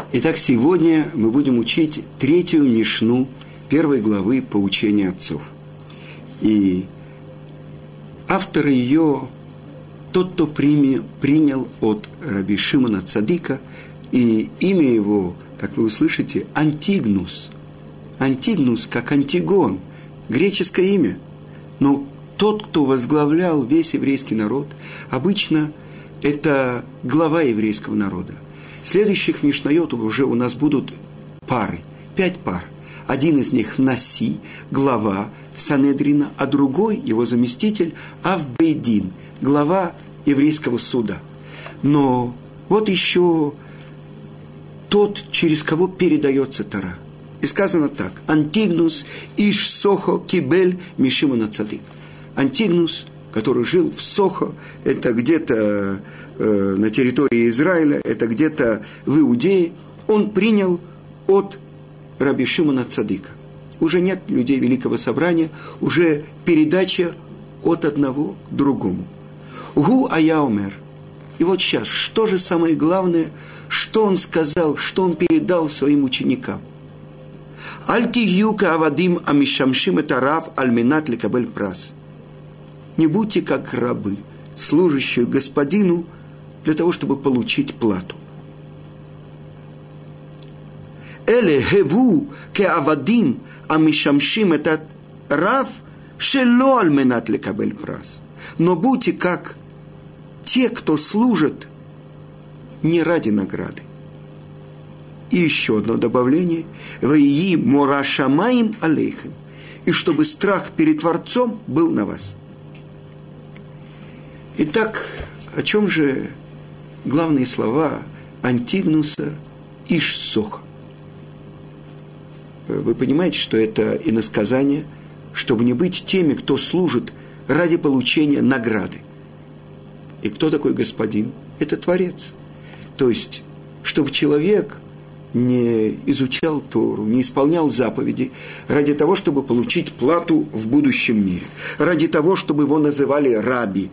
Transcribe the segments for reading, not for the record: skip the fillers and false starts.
Итак, сегодня мы будем учить 3-ю Мишну 1 главы поучения отцов. И автор ее тот, кто принял от Раби Шимона Цадика, и имя его, как вы услышите, Антигнус. Антигнус, как Антигон, греческое имя. Но тот, кто возглавлял весь еврейский народ, обычно это глава еврейского народа. Следующих мишнайотов уже у нас будут пары, 5 пар. Один из них Наси, глава Санедрина, а другой, его заместитель, Авбейдин, глава еврейского суда. Но вот еще тот, через кого передается Тора. И сказано так: Антигнус иш Сохо кибель мишимона цадик. Антигнус, который жил в Сохо, это где-то на территории Израиля, это где-то в Иудее, он принял от Раби Шимона Цадика. Уже нет людей Великого Собрания, уже передача от одного к другому. Гу аяомер. И вот сейчас, что же самое главное, что он сказал, что он передал своим ученикам? Аль-тигью каавадим амишамшим этарав альминат лекабель прас. Не будьте как рабы, служащие господину, для того, чтобы получить плату. Эле хеву каавадим амишамшим этарав шело альминат лекабель прас. Но будьте как те, кто служит не ради награды. И еще одно добавление. «Ваии морашамаим алейхем». И чтобы страх перед Творцом был на вас. Итак, о чем же главные слова Антигнуса иш Сохо? Вы понимаете, что это иносказание, чтобы не быть теми, кто служит ради получения награды. И кто такой господин? Это Творец. То есть, чтобы человек не изучал Тору, не исполнял заповеди ради того, чтобы получить плату в будущем мире, ради того, чтобы его называли раби,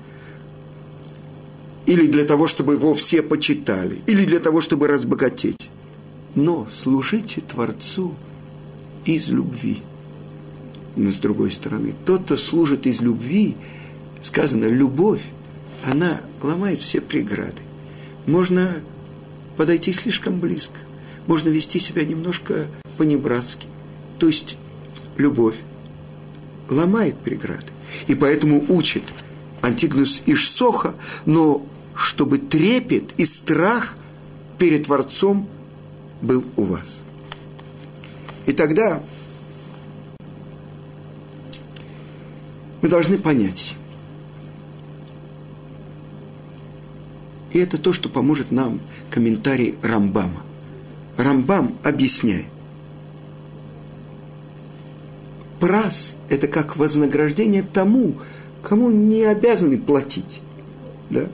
или для того, чтобы его все почитали, или для того, чтобы разбогатеть. Но служите Творцу из любви. Но с другой стороны, тот, кто служит из любви, сказано, любовь, она ломает все преграды. Можно подойти слишком близко, можно вести себя немножко по-небратски. То есть любовь ломает преграды. И поэтому учит Антигнус иш Сохо, но чтобы трепет и страх перед Творцом был у вас. И тогда мы должны понять, и это то, что поможет нам комментарий Рамбама. Рамбам объясняет. Прас – это как вознаграждение тому, кому не обязаны платить. Да?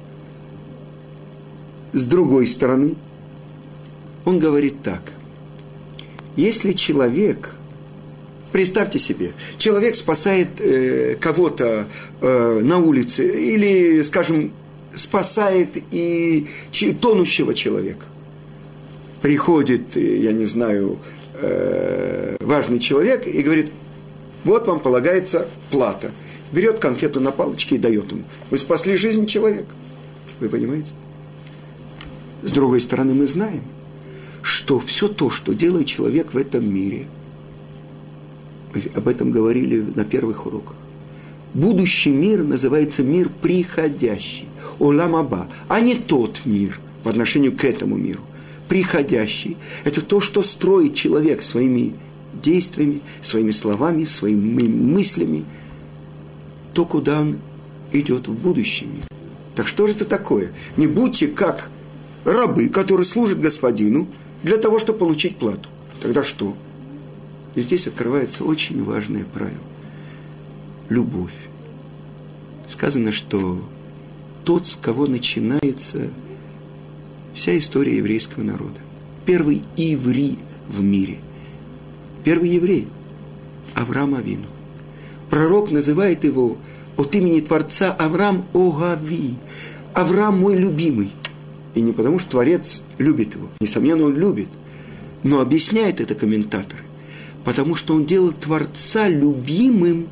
С другой стороны, он говорит так. Если человек, представьте себе, человек спасает кого-то на улице или, скажем, спасает и тонущего человека. Приходит, я не знаю, важный человек и говорит, вот вам полагается плата. Берет конфету на палочке и дает ему. Вы спасли жизнь человека. Вы понимаете? С другой стороны, мы знаем, что все то, что делает человек в этом мире, мы об этом говорили на первых уроках, будущий мир называется мир приходящий, олам аба, а не тот мир по отношению к этому миру. Приходящий – это то, что строит человек своими действиями, своими словами, своими мыслями, то, куда он идет в будущем мире. Так что же это такое? Не будьте как рабы, которые служат господину для того, чтобы получить плату. Тогда что? И здесь открывается очень важное правило. Любовь. Сказано, что тот, с кого начинается вся история еврейского народа. Первый иври в мире. Первый еврей. Авраам Авину. Пророк называет его от имени Творца Авраам Огави. Авраам мой любимый. И не потому, что Творец любит его. Несомненно, он любит. Но объясняет это комментаторы. Потому что он делал Творца любимым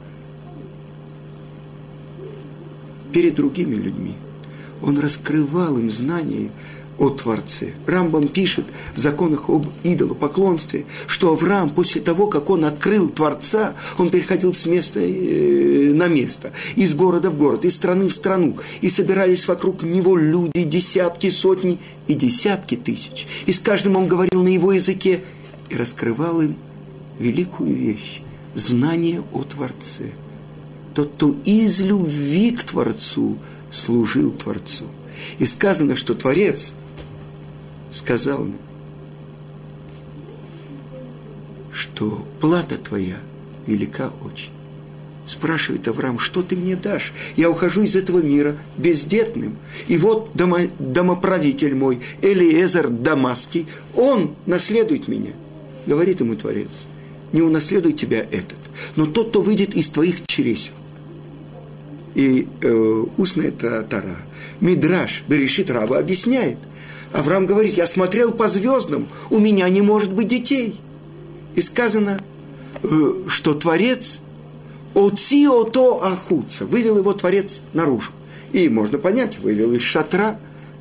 перед другими людьми. Он раскрывал им знания о Творце. Рамбам пишет в законах об идолопоклонстве, что Авраам после того, как он открыл Творца, он переходил с места на место, из города в город, из страны в страну, и собирались вокруг него люди, десятки, сотни и десятки тысяч. И с каждым он говорил на его языке и раскрывал им великую вещь – знание о Творце. Тот, кто из любви к Творцу служил Творцу. И сказано, что Творец сказал мне, что плата твоя велика очень. Спрашивает Авраам, что ты мне дашь? Я ухожу из этого мира бездетным. И вот домоправитель мой, Элиезер Дамасский, он наследует меня. Говорит ему Творец, не унаследует тебя этот, но тот, кто выйдет из твоих чресел. И устная Тора, Мидраш, Берешит Раба объясняет. Авраам говорит, я смотрел по звездам, у меня не может быть детей. И сказано, что Творец Оциото Ахуца, вывел его Творец наружу. И можно понять, вывел из шатра.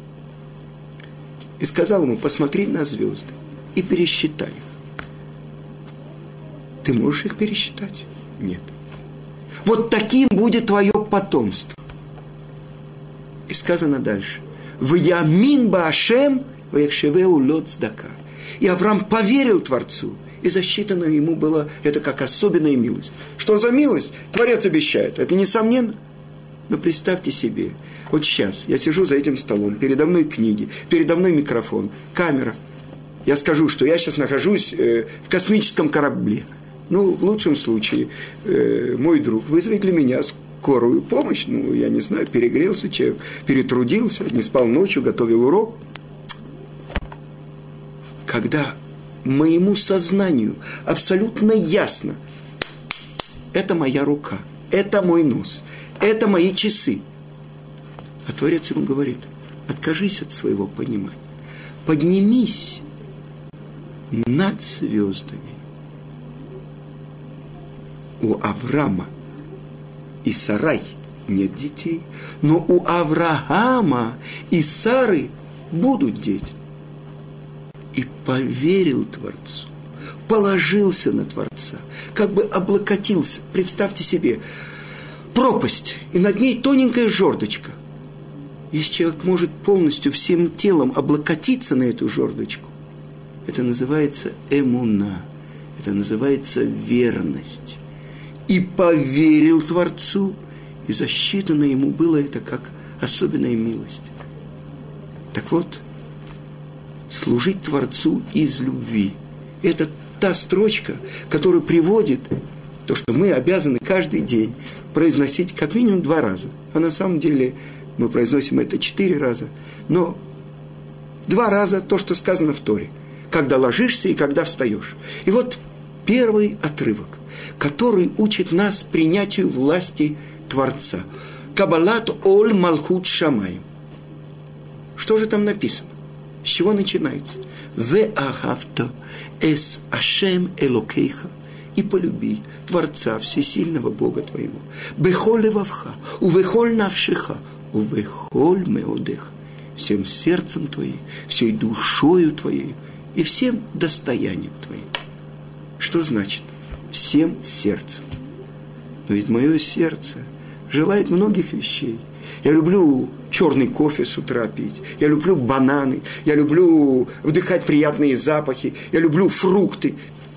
И сказал ему, посмотри на звезды и пересчитай их. Ты можешь их пересчитать? Нет. Вот таким будет твое потомство. И сказано дальше. «Ваямин баашем ваякшевеу лот цдака». И Авраам поверил Творцу, и засчитано ему было это как особенная милость. Что за милость? Творец обещает. Это несомненно. Но представьте себе, вот сейчас я сижу за этим столом, передо мной книги, передо мной микрофон, камера. Я скажу, что я сейчас нахожусь в космическом корабле. Ну, в лучшем случае, мой друг вызовет для меня скорую помощь. Ну, я не знаю, перегрелся человек, перетрудился, не спал ночью, готовил урок. Когда моему сознанию абсолютно ясно, это моя рука, это мой нос, это мои часы. А Творец ему говорит, откажись от своего понимания, поднимись над звездами. У Авраама и Сарай нет детей, но у Авраама и Сары будут дети. И поверил Творцу, положился на Творца, как бы облокотился. Представьте себе, пропасть, и над ней тоненькая жердочка. Если человек может полностью всем телом облокотиться на эту жердочку, это называется эмуна, это называется верность. И поверил Творцу, и засчитано ему было это как особенная милость. Так вот, служить Творцу из любви – это та строчка, которая приводит то, что мы обязаны каждый день произносить как минимум 2 раза. А на самом деле мы произносим это 4 раза. Но 2 раза то, что сказано в Торе. Когда ложишься и когда встаешь. И вот первый отрывок, который учит нас принятию власти Творца. Кабалат оль малхут шамай. Что же там написано? С чего начинается? Ве агавто эс ашем элокейха. И полюби Творца Всесильного Бога твоего. Бехоль левавха, увехоль навшиха, увехоль меодеха. Всем сердцем твоим, всей душою твоей и всем достоянием твоим. Что значит? Всем сердцем. Но ведь мое сердце желает многих вещей. Я люблю черный кофе с утра пить. Я люблю бананы. Я люблю вдыхать приятные запахи. Я люблю фрукты.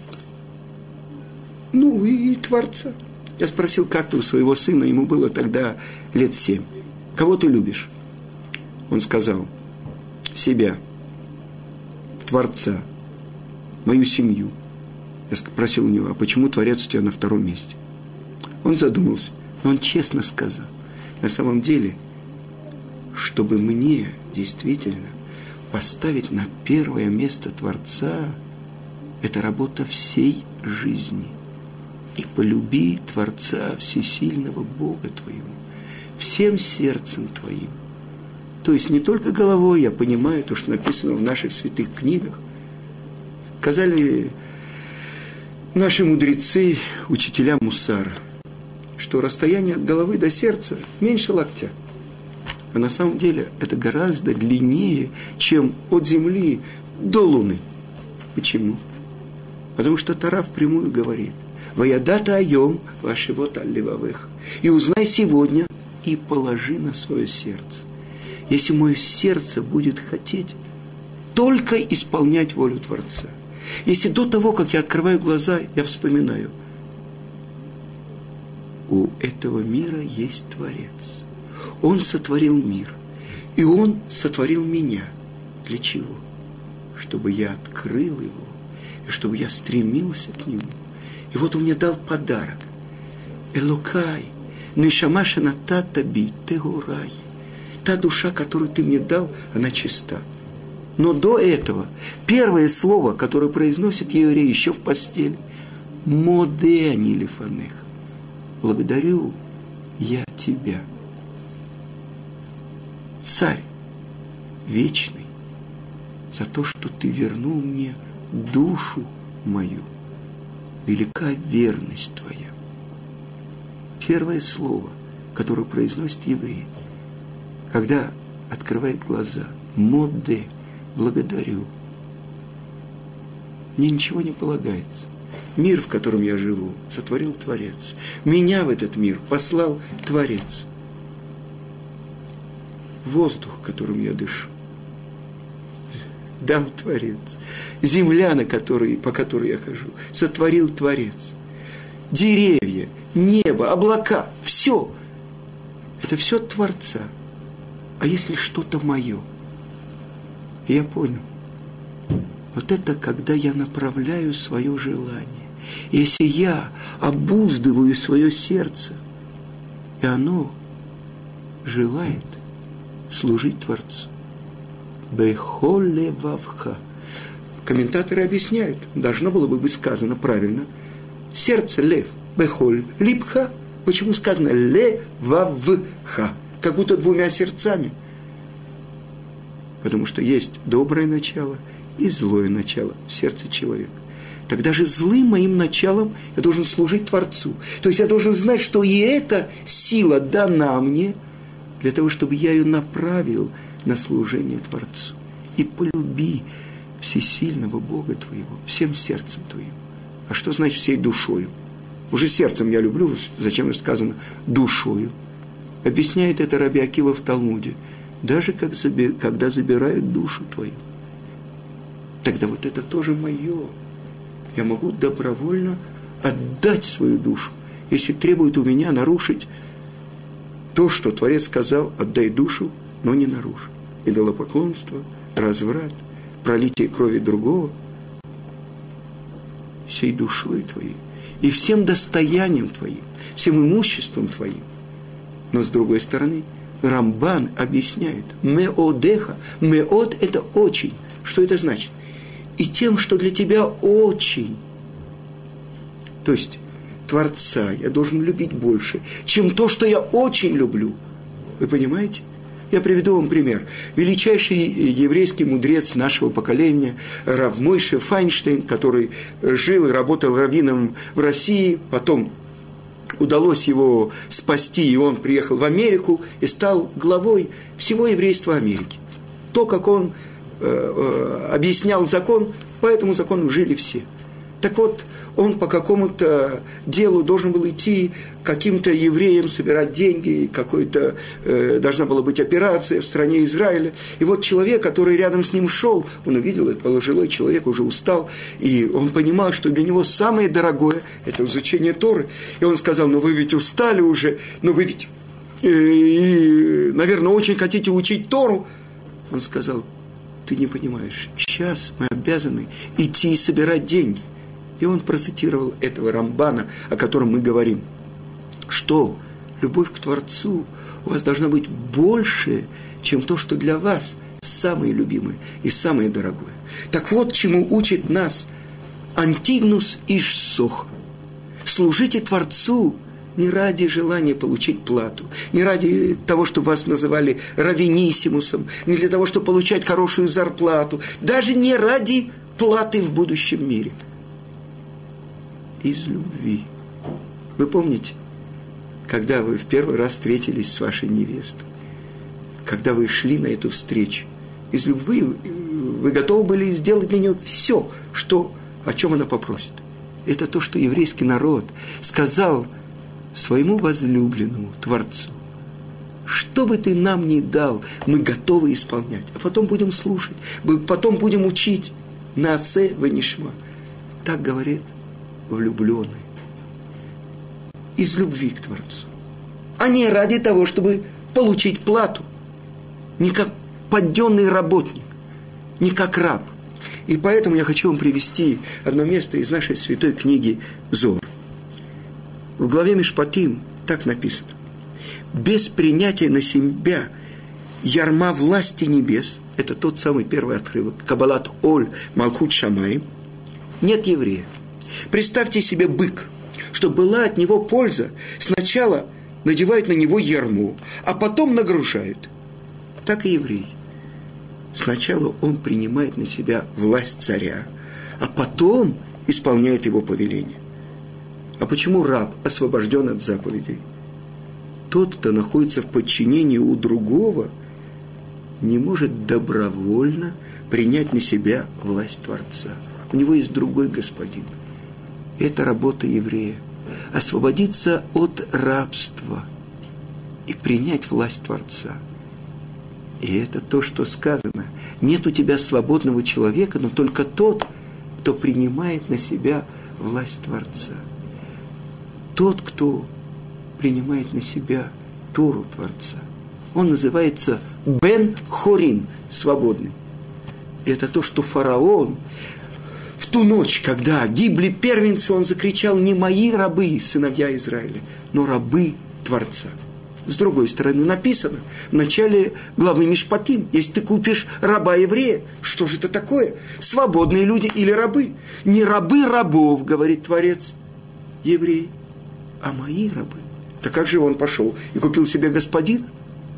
Ну и Творца. Я спросил как-то у своего сына, ему было тогда лет 7. Кого ты любишь? Он сказал, себя, Творца, мою семью. Я спросил у него, а почему Творец у тебя на 2-м месте? Он задумался, но он честно сказал. На самом деле, чтобы мне действительно поставить на 1-е место Творца, это работа всей жизни. И полюби Творца Всесильного Бога твоего всем сердцем твоим, То есть не только головой я понимаю то, что написано в наших святых книгах. Сказали наши мудрецы, учителя мусара, что расстояние от головы до сердца меньше локтя. А на самом деле это гораздо длиннее, чем от земли до луны. Почему? Потому что Тора впрямую говорит: «Ваядата айом вашивот аль-левавех». И узнай сегодня и положи на свое сердце. Если мое сердце будет хотеть только исполнять волю Творца, если до того, как я открываю глаза, я вспоминаю, у этого мира есть Творец. Он сотворил мир. И Он сотворил меня. Для чего? Чтобы я открыл его, и чтобы я стремился к нему. И вот Он мне дал подарок. Элокай, нишама шенатата би тегурай. Та душа, которую ты мне дал, она чиста. Но до этого первое слово, которое произносит еврей еще в постели, моде они лифанех. Благодарю я тебя, Царь вечный, за то, что ты вернул мне душу мою. Велика верность твоя. Первое слово, которое произносит еврей, когда открывает глаза, моде, благодарю. Мне ничего не полагается. Мир, в котором я живу, сотворил Творец. Меня в этот мир послал Творец. Воздух, которым я дышу, дал Творец. Земля, по которой я хожу, сотворил Творец. Деревья, небо, облака, все. Это все от Творца. А если что-то мое? Я понял. Вот это когда я направляю свое желание. Если я обуздываю свое сердце, и оно желает служить Творцу. Бехоле вавха. Комментаторы объясняют, должно было бы быть сказано правильно. Сердце лев, бехоль, липха. Почему сказано ле вавха? Как будто двумя сердцами. Потому что есть доброе начало и злое начало в сердце человека. Тогда же злым моим началом я должен служить Творцу. То есть я должен знать, что и эта сила дана мне, для того, чтобы я ее направил на служение Творцу. И полюби всесильного Бога твоего, всем сердцем твоим. А что значит всей душою? Уже сердцем я люблю, зачем же сказано душою? Объясняет это Раби Акива в Талмуде. Даже когда забирают душу твою. Тогда вот это тоже мое. Я могу добровольно отдать свою душу, если требует у меня нарушить то, что Творец сказал: отдай душу, но не нарушь. Идолопоклонство, разврат, пролитие крови другого, всей душой твоей и всем достоянием твоим, всем имуществом твоим. Но с другой стороны, Рамбан объясняет: меодеха, меод – это очень. Что это значит? И тем, что для тебя очень. То есть Творца я должен любить больше, чем то, что я очень люблю. Вы понимаете? Я приведу вам пример. Величайший еврейский мудрец нашего поколения Рав Мойше Файнштейн, который жил и работал раввином в России, потом удалось его спасти, и он приехал в Америку и стал главой всего еврейства Америки. То, как он объяснял закон, по этому закону жили все. Так вот, он по какому-то делу должен был идти каким-то евреям, собирать деньги, какой-то должна была быть операция в стране Израиля. И вот человек, который рядом с ним шел, он увидел, это пожилой человек, уже устал, и он понимал, что для него самое дорогое – это изучение Торы. И он сказал: ну вы ведь устали уже, ну вы ведь, наверное, очень хотите учить Тору. Он сказал: ты не понимаешь, сейчас мы обязаны идти и собирать деньги. И он процитировал этого Рамбана, о котором мы говорим, что любовь к Творцу у вас должна быть больше, чем то, что для вас самое любимое и самое дорогое. Так вот, чему учит нас Антигнус Иш Соха. Служите Творцу Не ради желания получить плату, не ради того, чтобы вас называли раввиниссимусом, не для того, чтобы получать хорошую зарплату, даже не ради платы в будущем мире. Из любви. Вы помните, когда вы в первый раз встретились с вашей невестой, когда вы шли на эту встречу, из любви вы готовы были сделать для нее все, о чем она попросит. Это то, что еврейский народ сказал своему возлюбленному Творцу. Что бы ты нам ни дал, мы готовы исполнять. А потом будем слушать, потом будем учить. Наасе венишма. Так говорит влюбленный. Из любви к Творцу. А не ради того, чтобы получить плату. Не как подденный работник, не как раб. И поэтому я хочу вам привести одно место из нашей святой книги Зоар. В главе Мишпатим так написано. Без принятия на себя ярма власти небес, это тот самый первый отрывок, Кабалат Оль Малхут Шамай, нет еврея. Представьте себе бык, чтобы была от него польза. Сначала надевают на него ярму, а потом нагружают. Так и еврей. Сначала он принимает на себя власть царя, а потом исполняет его повеление. А почему раб освобожден от заповедей? Тот, кто находится в подчинении у другого, не может добровольно принять на себя власть Творца. У него есть другой господин. Это работа еврея. Освободиться от рабства и принять власть Творца. И это то, что сказано. Нет у тебя свободного человека, но только тот, кто принимает на себя власть Творца. Тот, кто принимает на себя Тору Творца. Он называется Бен Хорин, свободный. И это то, что фараон в ту ночь, когда гибли первенцы, он закричал: не мои рабы, сыновья Израиля, но рабы Творца. С другой стороны, написано в начале главы Мишпатим: если ты купишь раба еврея, что же это такое? Свободные люди или рабы? Не рабы рабов, говорит Творец, еврей, а мои рабы. Так как же он пошел и купил себе господина?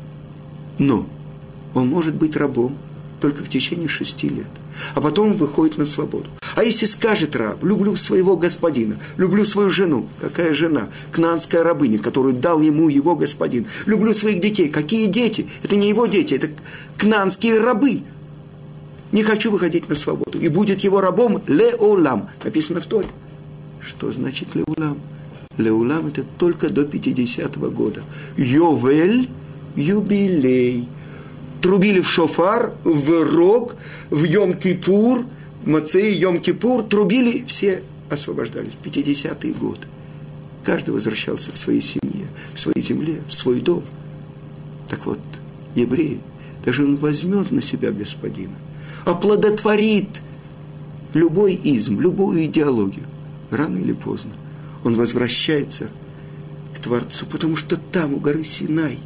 Но он может быть рабом только в течение 6 лет. А потом он выходит на свободу. А если скажет раб: люблю своего господина, люблю свою жену. Какая жена? Кнаанская рабыня, которую дал ему его господин. Люблю своих детей. Какие дети? Это не его дети, это кнаанские рабы. Не хочу выходить на свободу. И будет его рабом леолам. Написано в Торе. Что значит леолам? Леолам это только до 50-го года. Йовель, юбилей. Трубили в шофар, в рог, в Йом-Кипур, Мацеи, Йом-Кипур, трубили, все освобождались. 50-й год. Каждый возвращался к своей семье, в своей земле, в свой дом. Так вот, еврей, даже он возьмет на себя господина, оплодотворит любой изм, любую идеологию. Рано или поздно он возвращается к Творцу, потому что там, у горы Синай,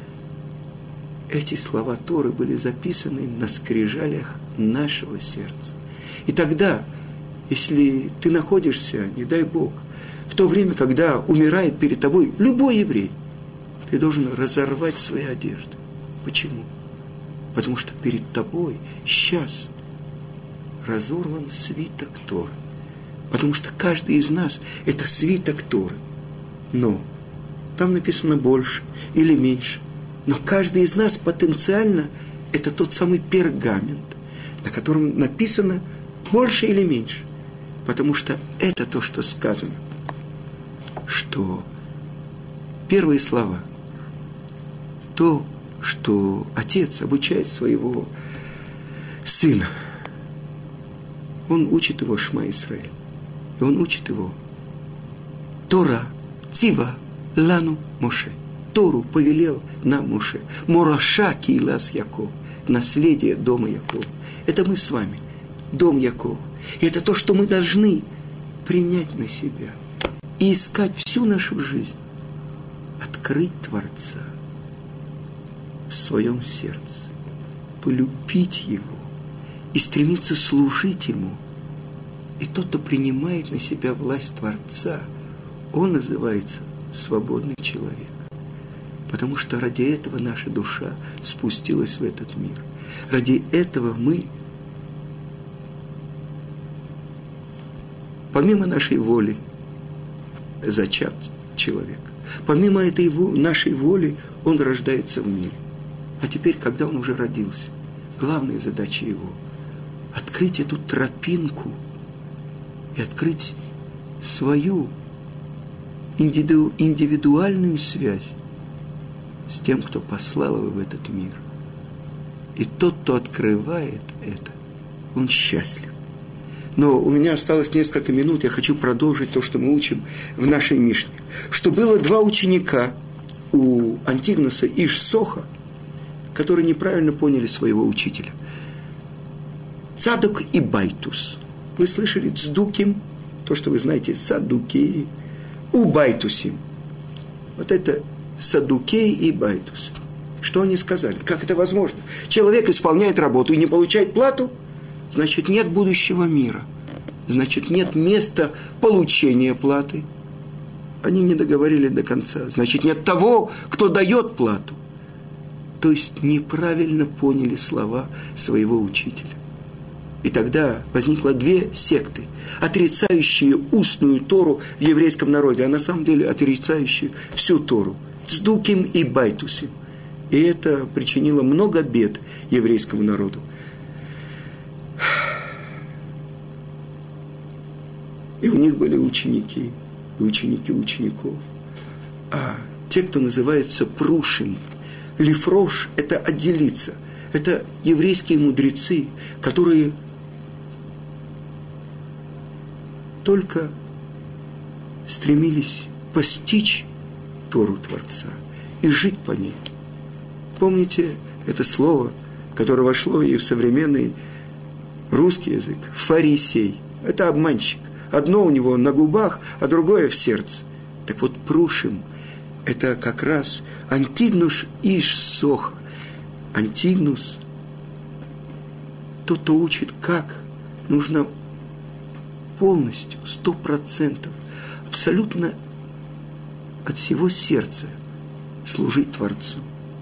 эти слова Торы были записаны на скрижалях нашего сердца. И тогда, если ты находишься, не дай Бог, в то время, когда умирает перед тобой любой еврей, ты должен разорвать свои одежды. Почему? Потому что перед тобой сейчас разорван свиток Торы. Потому что каждый из нас – это свиток Торы. Но там написано больше или меньше. Но каждый из нас потенциально – это тот самый пергамент, на котором написано больше или меньше. Потому что это то, что сказано, что первые слова, то, что отец обучает своего сына, он учит его Шма Исраэль, и он учит его Тора, Цива, Лану, Моше. Тору повелел нам Моше. Мораша Киилас Яков. Наследие дома Якова. Это мы с вами. Дом Якова. И это то, что мы должны принять на себя. И искать всю нашу жизнь. Открыть Творца в своем сердце. Полюбить Его. И стремиться служить Ему. И тот, кто принимает на себя власть Творца, он называется свободный человек. Потому что ради этого наша душа спустилась в этот мир. Ради этого мы, помимо нашей воли, зачат человек. Помимо этой нашей воли, он рождается в мире. А теперь, когда он уже родился, главная задача его – открыть эту тропинку и открыть свою индивидуальную связь с тем, кто послал его в этот мир. И тот, кто открывает это, он счастлив. Но у меня осталось несколько минут, я хочу продолжить то, что мы учим в нашей Мишне. Что было два ученика у Антигноса и Иш-Соха, которые неправильно поняли своего учителя. Цадок и Байтус. Вы слышали Цдуким, то, что вы знаете, Садукей, у Байтусим. Вот это Садукей и Байтус. Что они сказали? Как это возможно? Человек исполняет работу и не получает плату, значит, нет будущего мира. Значит, нет места получения платы. Они не договорили до конца. Значит, нет того, кто дает плату. То есть, неправильно поняли слова своего учителя. И тогда возникло две секты, отрицающие устную Тору в еврейском народе, а на самом деле отрицающие всю Тору. Цдуким и Байтусим. И это причинило много бед еврейскому народу. И у них были ученики, и ученики учеников. А те, кто называется прушим, лифрош – это отделиться. Это еврейские мудрецы, которые только стремились постичь Тору Творца и жить по ней. Помните это слово, которое вошло и в современный русский язык? Фарисей. Это обманщик. Одно у него на губах, а другое в сердце. Так вот, прушим – это как раз Антигнус Иш-Соха. Антигнус – тот, кто учит, как нужно полностью, 100%, абсолютно от всего сердца служить Творцу.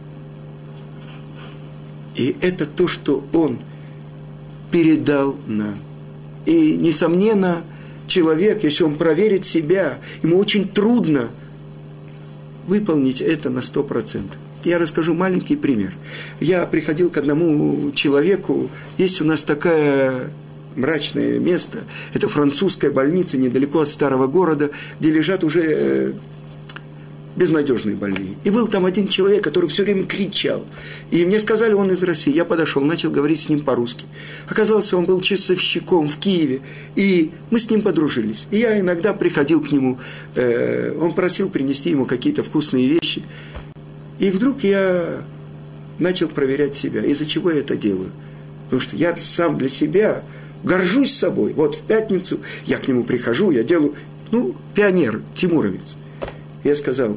И это то, что он передал нам. И, несомненно, человек, если он проверит себя, ему очень трудно выполнить это на 100%. Я расскажу маленький пример. Я приходил к одному человеку, есть у нас такое мрачное место, это французская больница недалеко от старого города, где лежат уже безнадежные больные. И был там один человек, который все время кричал. И мне сказали, он из России. Я подошел, начал говорить с ним по-русски. Оказалось, он был часовщиком в Киеве. И мы с ним подружились. И я иногда приходил к нему. Он просил принести ему какие-то вкусные вещи. И вдруг я начал проверять себя. Из-за чего я это делаю? Потому что я сам для себя горжусь собой. Вот в пятницу я к нему прихожу, я делаю, пионер, тимуровец. Я сказал,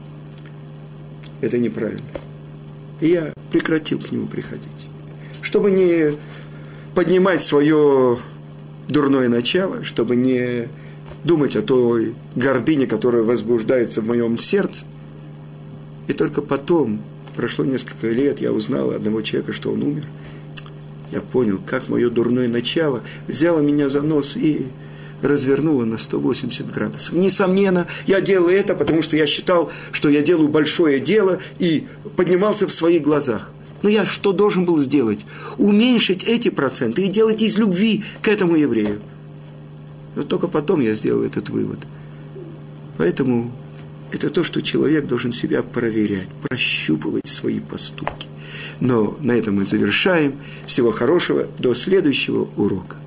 это неправильно. И я прекратил к нему приходить. Чтобы не поднимать свое дурное начало, чтобы не думать о той гордыне, которая возбуждается в моем сердце. И только потом, прошло несколько лет, я узнал одного человека, что он умер. Я понял, как мое дурное начало взяло меня за нос и развернуло на 180 градусов. Несомненно, я делал это, потому что я считал, что я делаю большое дело и поднимался в своих глазах. Но я что должен был сделать? Уменьшить эти проценты и делать из любви к этому еврею. Но только потом я сделал этот вывод. Поэтому это то, что человек должен себя проверять, прощупывать свои поступки. Но на этом мы завершаем. Всего хорошего. До следующего урока.